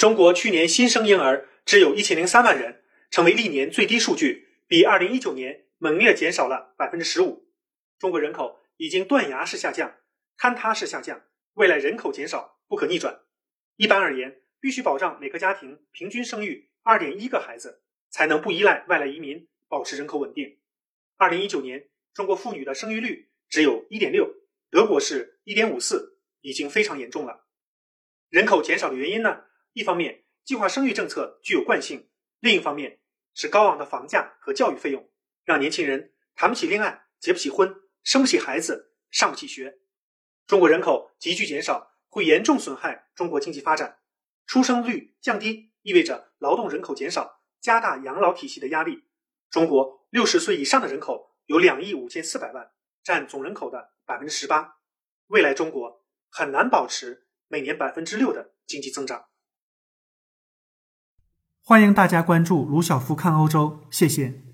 中国去年新生婴儿只有1003万人，成为历年最低数据，比2019年猛烈减少了 15%。中国人口已经断崖式下降，坍塌式下降，未来人口减少不可逆转。一般而言，必须保障每个家庭平均生育 2.1 个孩子，才能不依赖外来移民，保持人口稳定。2019年，中国妇女的生育率只有 1.6， 德国是 1.54， 已经非常严重了。人口减少的原因呢？一方面，计划生育政策具有惯性，另一方面是高昂的房价和教育费用，让年轻人谈不起恋爱，结不起婚，生不起孩子，上不起学。中国人口急剧减少会严重损害中国经济发展，出生率降低意味着劳动人口减少，加大养老体系的压力。中国60岁以上的人口有2亿5400万，占总人口的 18%。 未来中国很难保持每年 6% 的经济增长。 欢迎大家关注卢晓夫看欧洲，谢谢。